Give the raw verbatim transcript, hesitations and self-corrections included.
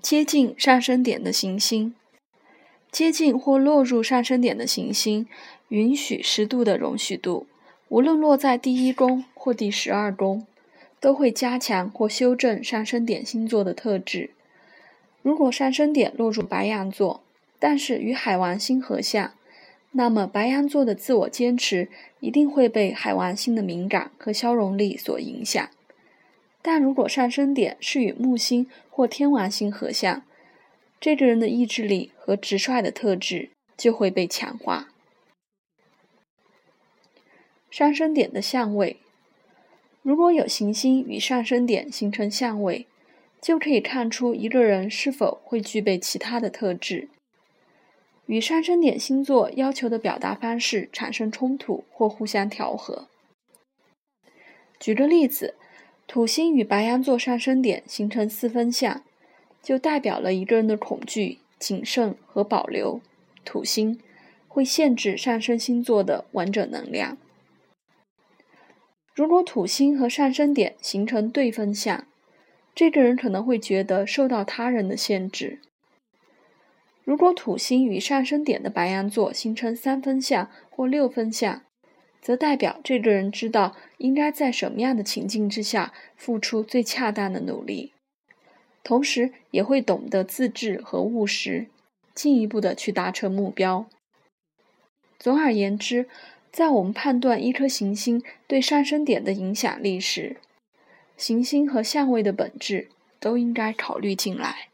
接近上升点的行星。接近或落入上升点的行星允许适度的容许度，无论落在第一宫或第十二宫，都会加强或修正上升点星座的特质。如果上升点落入白羊座，但是与海王星合相，那么白羊座的自我坚持一定会被海王星的敏感和消融力所影响。但如果上升点是与木星或天王星合相，这个人的意志力和直率的特质就会被强化。上升点的相位，如果有行星与上升点形成相位，就可以看出一个人是否会具备其他的特质。与上升点星座要求的表达方式产生冲突或互相调和。举个例子，土星与白羊座上升点形成四分相，就代表了一个人的恐惧、谨慎和保留。土星会限制上升星座的完整能量。如果土星和上升点形成对分相，这个人可能会觉得受到他人的限制。如果土星与上升点的白羊座形成三分相或六分相，则代表这个人知道应该在什么样的情境之下付出最恰当的努力，同时也会懂得自制和务实，进一步的去达成目标。总而言之，在我们判断一颗行星对上升点的影响力时，行星和相位的本质都应该考虑进来。